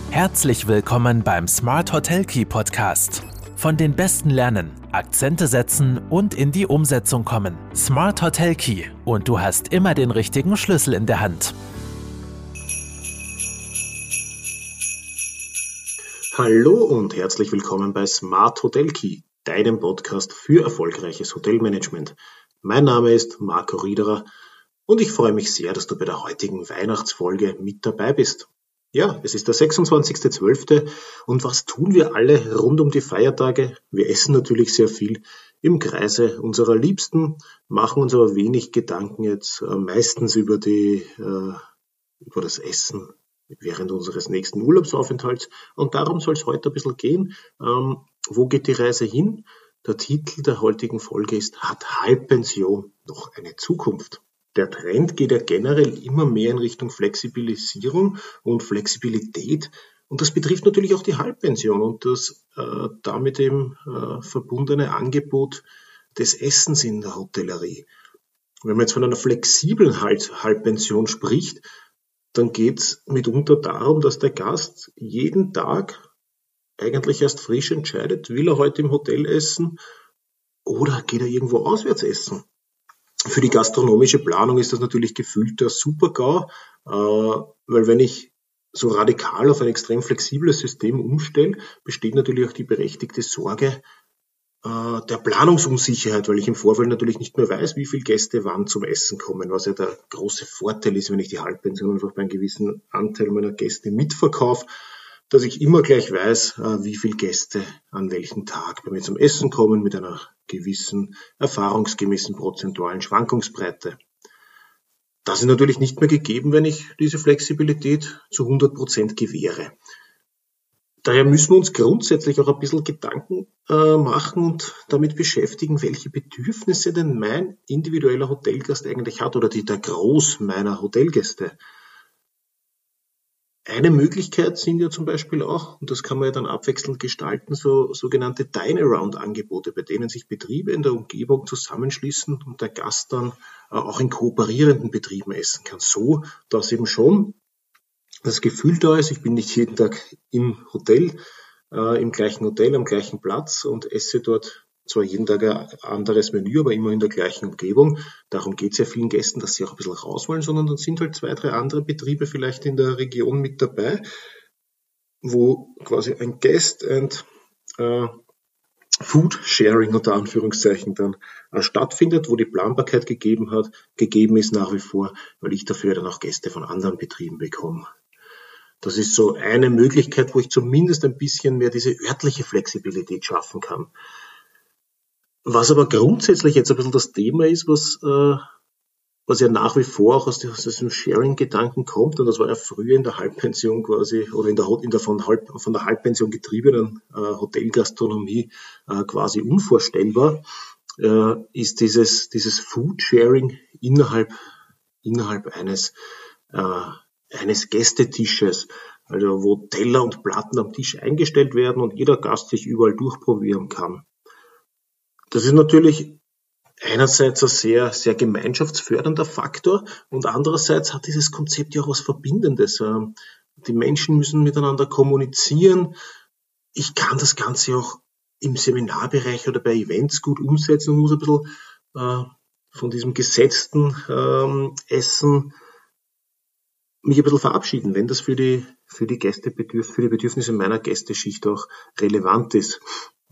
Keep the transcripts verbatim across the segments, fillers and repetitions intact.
Herzlich willkommen beim Smart Hotel Key Podcast. Von den Besten lernen, Akzente setzen und in die Umsetzung kommen. Smart Hotel Key und du hast immer den richtigen Schlüssel in der Hand. Hallo und herzlich willkommen bei Smart Hotel Key, deinem Podcast für erfolgreiches Hotelmanagement. Mein Name ist Marco Riederer und ich freue mich sehr, dass du bei der heutigen Weihnachtsfolge mit dabei bist. Ja, es ist der sechsundzwanzigster zwölfte und was tun wir alle rund um die Feiertage? Wir essen natürlich sehr viel im Kreise unserer Liebsten, machen uns aber wenig Gedanken jetzt äh, meistens über die äh, über das Essen während unseres nächsten Urlaubsaufenthalts. Und darum soll es heute ein bisschen gehen. Ähm, wo geht die Reise hin? Der Titel der heutigen Folge ist: Hat Halbpension noch eine Zukunft? Der Trend geht ja generell immer mehr in Richtung Flexibilisierung und Flexibilität. Und das betrifft natürlich auch die Halbpension und das äh, damit eben äh, verbundene Angebot des Essens in der Hotellerie. Wenn man jetzt von einer flexiblen Halb- Halbpension spricht, dann geht es mitunter darum, dass der Gast jeden Tag eigentlich erst frisch entscheidet, will er heute im Hotel essen oder geht er irgendwo auswärts essen. Für die gastronomische Planung ist das natürlich gefühlt der Super-GAU, äh, weil wenn ich so radikal auf ein extrem flexibles System umstelle, besteht natürlich auch die berechtigte Sorge äh, der Planungsunsicherheit, weil ich im Vorfeld natürlich nicht mehr weiß, wie viele Gäste wann zum Essen kommen, was ja der große Vorteil ist, wenn ich die Halbpension einfach bei einem gewissen Anteil meiner Gäste mitverkaufe, dass ich immer gleich weiß, wie viele Gäste an welchem Tag bei mir zum Essen kommen mit einer gewissen erfahrungsgemäßen prozentualen Schwankungsbreite. Das ist natürlich nicht mehr gegeben, wenn ich diese Flexibilität zu hundert Prozent gewähre. Daher müssen wir uns grundsätzlich auch ein bisschen Gedanken äh, machen und damit beschäftigen, welche Bedürfnisse denn mein individueller Hotelgast eigentlich hat oder die der Groß meiner Hotelgäste. Eine Möglichkeit sind ja zum Beispiel auch, und das kann man ja dann abwechselnd gestalten, so sogenannte Dine-Around-Angebote, bei denen sich Betriebe in der Umgebung zusammenschließen und der Gast dann äh, auch in kooperierenden Betrieben essen kann. So, dass eben schon das Gefühl da ist, ich bin nicht jeden Tag im Hotel, äh, im gleichen Hotel, am gleichen Platz und esse dort zwar jeden Tag ein anderes Menü, aber immer in der gleichen Umgebung. Darum geht es ja vielen Gästen, dass sie auch ein bisschen raus wollen, sondern dann sind halt zwei, drei andere Betriebe vielleicht in der Region mit dabei, wo quasi ein Guest and äh, Food Sharing unter Anführungszeichen dann äh, stattfindet, wo die Planbarkeit gegeben hat, gegeben ist nach wie vor, weil ich dafür dann auch Gäste von anderen Betrieben bekomme. Das ist so eine Möglichkeit, wo ich zumindest ein bisschen mehr diese örtliche Flexibilität schaffen kann. Was aber grundsätzlich jetzt ein bisschen das Thema ist, was, äh, was ja nach wie vor auch aus, aus diesem Sharing-Gedanken kommt, und das war ja früher in der Halbpension quasi, oder in der, in der von, Halb, von der Halbpension getriebenen äh, Hotelgastronomie äh, quasi unvorstellbar, äh, ist dieses, dieses Food-Sharing innerhalb, innerhalb eines, äh, eines Gästetisches, also wo Teller und Platten am Tisch eingestellt werden und jeder Gast sich überall durchprobieren kann. Das ist natürlich einerseits ein sehr, sehr gemeinschaftsfördernder Faktor und andererseits hat dieses Konzept ja auch was Verbindendes. Die Menschen müssen miteinander kommunizieren. Ich kann das Ganze auch im Seminarbereich oder bei Events gut umsetzen und muss ein bisschen äh, von diesem gesetzten ähm, Essen mich ein bisschen verabschieden, wenn das für die, für die Gästebedürf- für die Bedürfnisse meiner Gästeschicht auch relevant ist.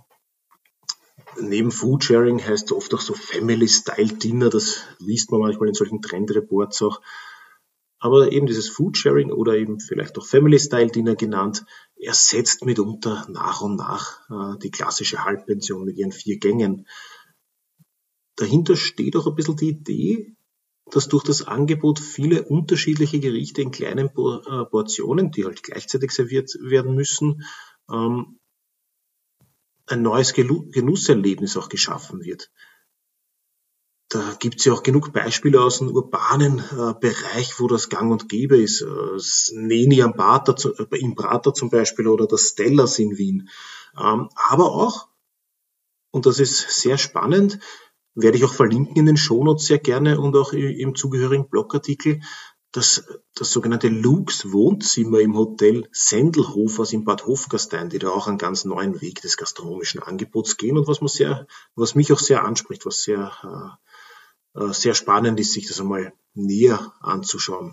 Neben Foodsharing heißt es oft auch so Family-Style-Dinner, das liest man manchmal in solchen Trendreports auch. Aber eben dieses Foodsharing oder eben vielleicht auch Family-Style-Dinner genannt, ersetzt mitunter nach und nach äh, die klassische Halbpension mit ihren vier Gängen. Dahinter steht auch ein bisschen die Idee, dass durch das Angebot viele unterschiedliche Gerichte in kleinen Portionen, die halt gleichzeitig serviert werden müssen, ähm, ein neues Genusserlebnis auch geschaffen wird. Da gibt es ja auch genug Beispiele aus dem urbanen äh, Bereich, wo das gang und gäbe ist. Das Neni am Prater, äh, im Prater zum Beispiel oder das Stellas in Wien. Ähm, aber auch, und das ist sehr spannend, werde ich auch verlinken in den Shownotes sehr gerne und auch im zugehörigen Blogartikel, das, das sogenannte Lux Wohnzimmer im Hotel Sendelhofers in Bad Hofgastein, die da auch einen ganz neuen Weg des gastronomischen Angebots gehen und was man sehr, was mich auch sehr anspricht, was sehr, äh, sehr spannend ist, sich das einmal näher anzuschauen.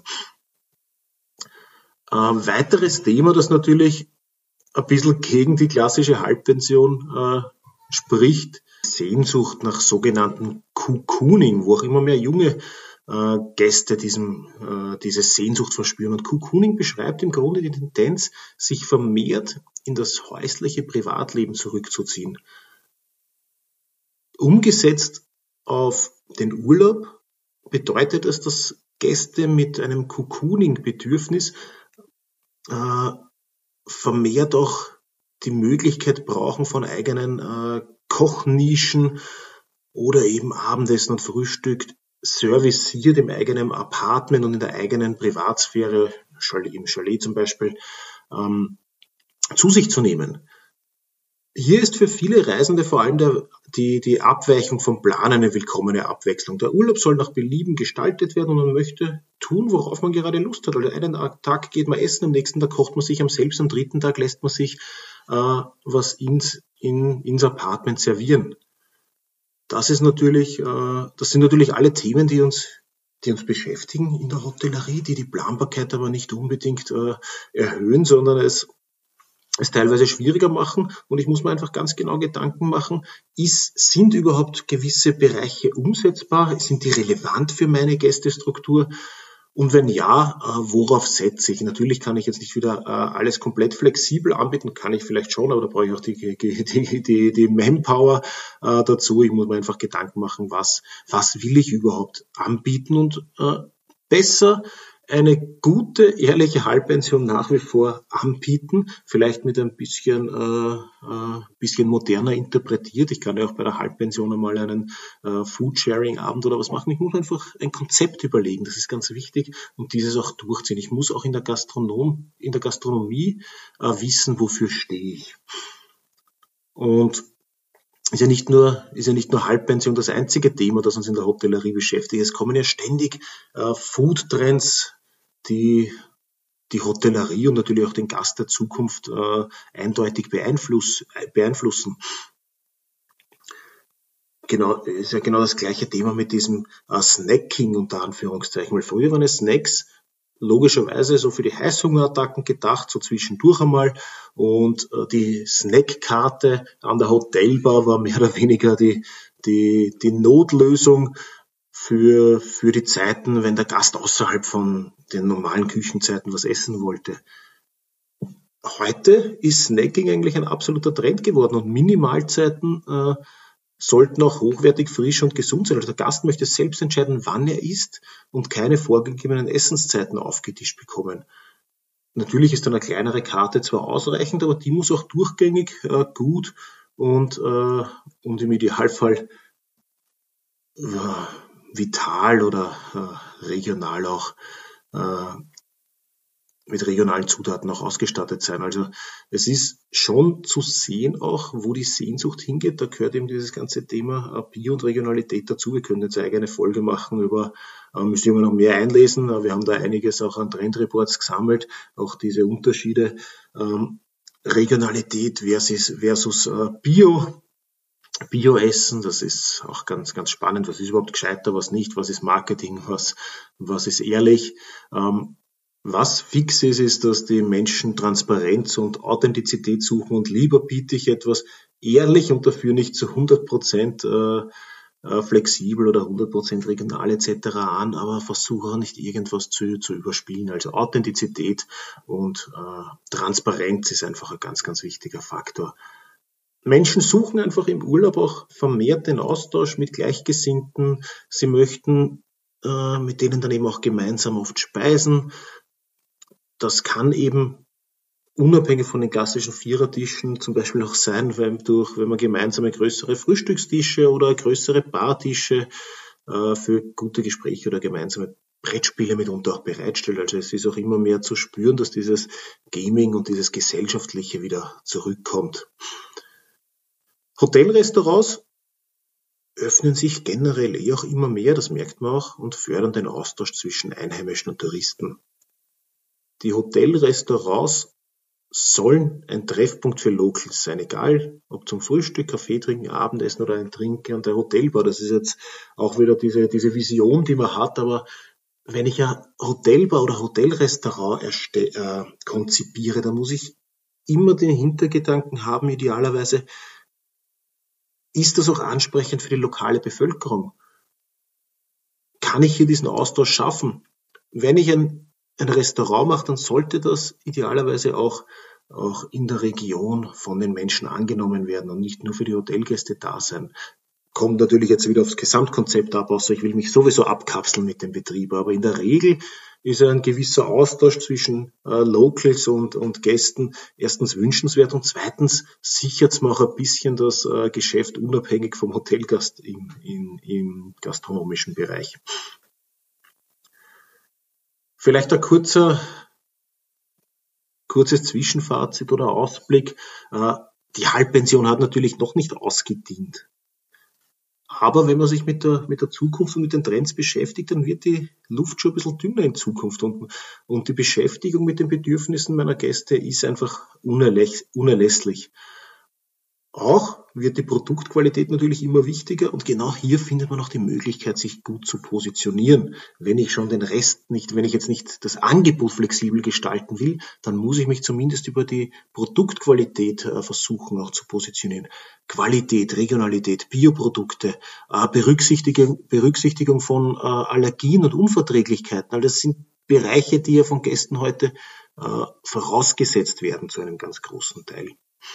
Ein weiteres Thema, das natürlich ein bisschen gegen die klassische Halbpension äh, spricht, Sehnsucht nach sogenannten Cocooning, wo auch immer mehr junge äh, Gäste diesem, äh, diese Sehnsucht verspüren. Und Cocooning beschreibt im Grunde die Tendenz, sich vermehrt in das häusliche Privatleben zurückzuziehen. Umgesetzt auf den Urlaub bedeutet es, dass Gäste mit einem Cocooning-Bedürfnis äh, vermehrt auch die Möglichkeit brauchen von eigenen äh, Kochnischen oder eben Abendessen und Frühstück serviciert im eigenen Apartment und in der eigenen Privatsphäre, im Chalet zum Beispiel, ähm, zu sich zu nehmen. Hier ist für viele Reisende vor allem der, die, die Abweichung vom Plan eine willkommene Abwechslung. Der Urlaub soll nach Belieben gestaltet werden und man möchte tun, worauf man gerade Lust hat. Also einen Tag geht man essen, am nächsten Tag kocht man sich am selbst, am dritten Tag lässt man sich äh, was ins, in, ins Apartment servieren. Das ist natürlich, äh, das sind natürlich alle Themen, die uns, die uns beschäftigen in der Hotellerie, die die Planbarkeit aber nicht unbedingt äh, erhöhen, sondern es es teilweise schwieriger machen, und ich muss mir einfach ganz genau Gedanken machen, ist, sind überhaupt gewisse Bereiche umsetzbar, sind die relevant für meine Gästestruktur, und wenn ja, worauf setze ich? Natürlich kann ich jetzt nicht wieder alles komplett flexibel anbieten, kann ich vielleicht schon, aber da brauche ich auch die, die, die, die Manpower dazu. Ich muss mir einfach Gedanken machen, was, was will ich überhaupt anbieten, und besser eine gute, ehrliche Halbpension nach wie vor anbieten, vielleicht mit ein bisschen, äh, äh, bisschen moderner interpretiert. Ich kann ja auch bei der Halbpension einmal einen äh, Foodsharing-Abend oder was machen. Ich muss einfach ein Konzept überlegen, das ist ganz wichtig, und dieses auch durchziehen. Ich muss auch in der Gastronom, in der Gastronomie äh, wissen, wofür stehe ich. Und ist ja nicht nur, ist ja nicht nur Halbpension das einzige Thema, das uns in der Hotellerie beschäftigt. Es kommen ja ständig äh, Foodtrends, die die Hotellerie und natürlich auch den Gast der Zukunft äh, eindeutig beeinfluss, beeinflussen. Genau, ist ja genau das gleiche Thema mit diesem äh, Snacking unter Anführungszeichen. Weil früher waren es Snacks logischerweise so für die Heißhungerattacken gedacht, so zwischendurch einmal, und äh, die Snackkarte an der Hotelbar war mehr oder weniger die, die, die Notlösung für, für die Zeiten, wenn der Gast außerhalb von den normalen Küchenzeiten was essen wollte. Heute ist Snacking eigentlich ein absoluter Trend geworden, und Minimalzeiten äh, sollten auch hochwertig, frisch und gesund sein. Also der Gast möchte selbst entscheiden, wann er isst, und keine vorgegebenen Essenszeiten aufgetischt bekommen. Natürlich ist dann eine kleinere Karte zwar ausreichend, aber die muss auch durchgängig äh, gut und, äh, und im Idealfall äh, vital oder äh, regional auch äh, mit regionalen Zutaten auch ausgestattet sein. Also es ist schon zu sehen auch, wo die Sehnsucht hingeht. Da gehört eben dieses ganze Thema Bio und Regionalität dazu. Wir können jetzt eine eigene Folge machen über, äh, müssen wir noch mehr einlesen. Wir haben da einiges auch an Trendreports gesammelt, auch diese Unterschiede, ähm, Regionalität versus, versus äh, Bio. Bio-Essen, das ist auch ganz, ganz spannend. Was ist überhaupt gescheiter, was nicht? Was ist Marketing? Was, was ist ehrlich? Ähm, Was fix ist, ist, dass die Menschen Transparenz und Authentizität suchen, und lieber biete ich etwas ehrlich und dafür nicht zu hundert Prozent äh, äh, flexibel oder hundert Prozent regional et cetera an, aber versuche auch nicht irgendwas zu, zu überspielen. Also Authentizität und äh, Transparenz ist einfach ein ganz, ganz wichtiger Faktor. Menschen suchen einfach im Urlaub auch vermehrt den Austausch mit Gleichgesinnten. Sie möchten äh, mit denen dann eben auch gemeinsam oft speisen. Das kann eben unabhängig von den klassischen Vierertischen zum Beispiel auch sein, wenn, durch, wenn man gemeinsame größere Frühstückstische oder größere Bartische äh, für gute Gespräche oder gemeinsame Brettspiele mitunter auch bereitstellt. Also es ist auch immer mehr zu spüren, dass dieses Gaming und dieses Gesellschaftliche wieder zurückkommt. Hotelrestaurants öffnen sich generell eh auch immer mehr, das merkt man auch, und fördern den Austausch zwischen Einheimischen und Touristen. Die Hotelrestaurants sollen ein Treffpunkt für Locals sein, egal ob zum Frühstück, Kaffee trinken, Abendessen oder ein Trinken und der Hotelbar. Das ist jetzt auch wieder diese, diese Vision, die man hat, aber wenn ich ein Hotelbar oder Hotelrestaurant erste- äh, konzipiere, dann muss ich immer den Hintergedanken haben, idealerweise, ist das auch ansprechend für die lokale Bevölkerung? Kann ich hier diesen Austausch schaffen? Wenn ich ein, ein Restaurant mache, dann sollte das idealerweise auch, auch in der Region von den Menschen angenommen werden und nicht nur für die Hotelgäste da sein. Kommt natürlich jetzt wieder aufs Gesamtkonzept ab, außer ich will mich sowieso abkapseln mit dem Betrieb. Aber in der Regel ist ein gewisser Austausch zwischen äh, Locals und, und Gästen erstens wünschenswert und zweitens sichert es mir auch ein bisschen das äh, Geschäft unabhängig vom Hotelgast im, im, im gastronomischen Bereich. Vielleicht ein kurzer, kurzes Zwischenfazit oder Ausblick. Äh, die Halbpension hat natürlich noch nicht ausgedient. Aber wenn man sich mit der, mit der Zukunft und mit den Trends beschäftigt, dann wird die Luft schon ein bisschen dünner in Zukunft. Und, und die Beschäftigung mit den Bedürfnissen meiner Gäste ist einfach unerläss, unerlässlich. Auch wird die Produktqualität natürlich immer wichtiger und genau hier findet man auch die Möglichkeit, sich gut zu positionieren. Wenn ich schon den Rest nicht, wenn ich jetzt nicht das Angebot flexibel gestalten will, dann muss ich mich zumindest über die Produktqualität äh, versuchen auch zu positionieren. Qualität, Regionalität, Bioprodukte, äh, Berücksichtigung, Berücksichtigung von äh, Allergien und Unverträglichkeiten. All das sind Bereiche, die ja von Gästen heute äh, vorausgesetzt werden zu einem ganz großen Teil.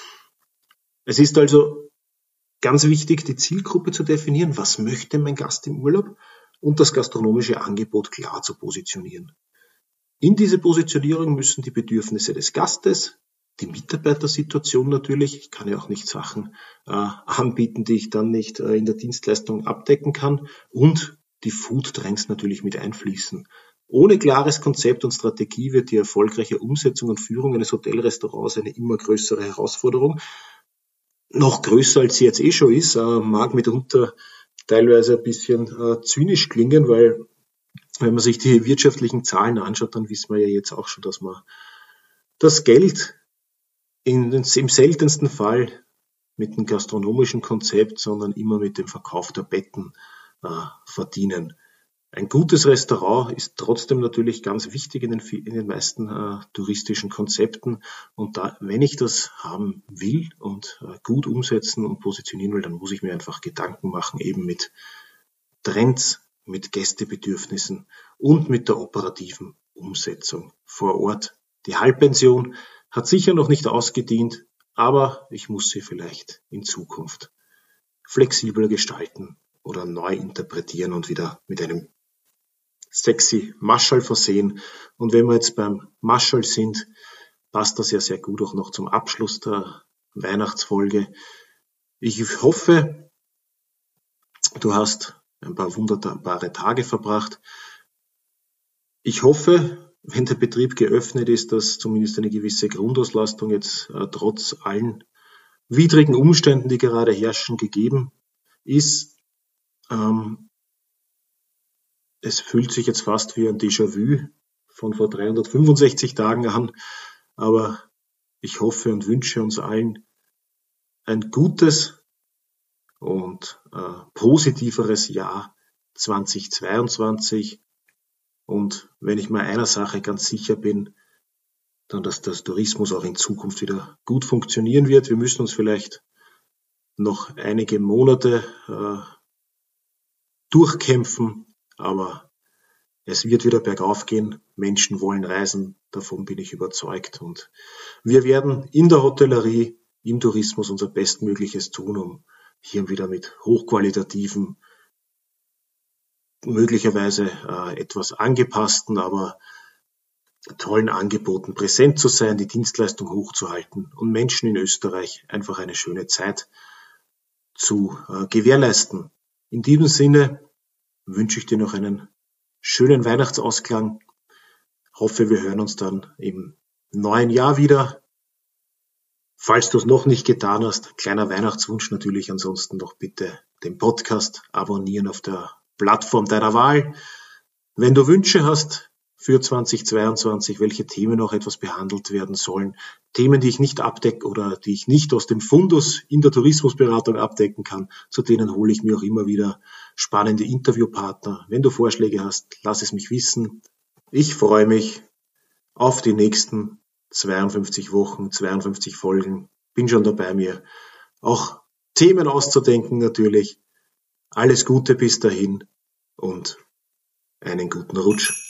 Es ist also ganz wichtig, die Zielgruppe zu definieren, was möchte mein Gast im Urlaub und das gastronomische Angebot klar zu positionieren. In diese Positionierung müssen die Bedürfnisse des Gastes, die Mitarbeitersituation natürlich, ich kann ja auch nicht Sachen äh, anbieten, die ich dann nicht äh, in der Dienstleistung abdecken kann, und die Food-Trends natürlich mit einfließen. Ohne klares Konzept und Strategie wird die erfolgreiche Umsetzung und Führung eines Hotelrestaurants eine immer größere Herausforderung. Noch größer, als sie jetzt eh schon ist, äh, mag mitunter teilweise ein bisschen äh, zynisch klingen, weil wenn man sich die wirtschaftlichen Zahlen anschaut, dann wissen wir ja jetzt auch schon, dass man das Geld in, im seltensten Fall mit dem gastronomischen Konzept, sondern immer mit dem Verkauf der Betten äh, verdienen. Ein gutes Restaurant ist trotzdem natürlich ganz wichtig in den, in den meisten äh, touristischen Konzepten. Und da, wenn ich das haben will und äh, gut umsetzen und positionieren will, dann muss ich mir einfach Gedanken machen, eben mit Trends, mit Gästebedürfnissen und mit der operativen Umsetzung vor Ort. Die Halbpension hat sicher noch nicht ausgedient, aber ich muss sie vielleicht in Zukunft flexibler gestalten oder neu interpretieren und wieder mit einem sexy Maschall versehen. Und wenn wir jetzt beim Maschall sind, passt das ja sehr gut auch noch zum Abschluss der Weihnachtsfolge. Ich hoffe, du hast ein paar wunderbare Tage verbracht. Ich hoffe, wenn der Betrieb geöffnet ist, dass zumindest eine gewisse Grundauslastung jetzt äh, trotz allen widrigen Umständen, die gerade herrschen, gegeben ist. Ähm, Es fühlt sich jetzt fast wie ein Déjà-vu von vor dreihundertfünfundsechzig Tagen an, aber ich hoffe und wünsche uns allen ein gutes und äh, positiveres Jahr zweitausendzweiundzwanzig. Und wenn ich mir einer Sache ganz sicher bin, dann, dass der Tourismus auch in Zukunft wieder gut funktionieren wird. Wir müssen uns vielleicht noch einige Monate äh, durchkämpfen, aber es wird wieder bergauf gehen. Menschen wollen reisen, davon bin ich überzeugt. Und wir werden in der Hotellerie, im Tourismus unser Bestmögliches tun, um hier wieder mit hochqualitativen, möglicherweise äh, etwas angepassten, aber tollen Angeboten präsent zu sein, die Dienstleistung hochzuhalten und Menschen in Österreich einfach eine schöne Zeit zu äh, gewährleisten. In diesem Sinne wünsche ich dir noch einen schönen Weihnachtsausklang. Hoffe, wir hören uns dann im neuen Jahr wieder. Falls du es noch nicht getan hast, kleiner Weihnachtswunsch natürlich, ansonsten noch bitte den Podcast abonnieren auf der Plattform deiner Wahl. Wenn du Wünsche hast für zweitausendzweiundzwanzig, welche Themen noch etwas behandelt werden sollen, Themen, die ich nicht abdecke oder die ich nicht aus dem Fundus in der Tourismusberatung abdecken kann, zu denen hole ich mir auch immer wieder spannende Interviewpartner. Wenn du Vorschläge hast, lass es mich wissen. Ich freue mich auf die nächsten zweiundfünfzig Wochen, zweiundfünfzig Folgen. Bin schon dabei, mir auch Themen auszudenken natürlich. Alles Gute bis dahin und einen guten Rutsch.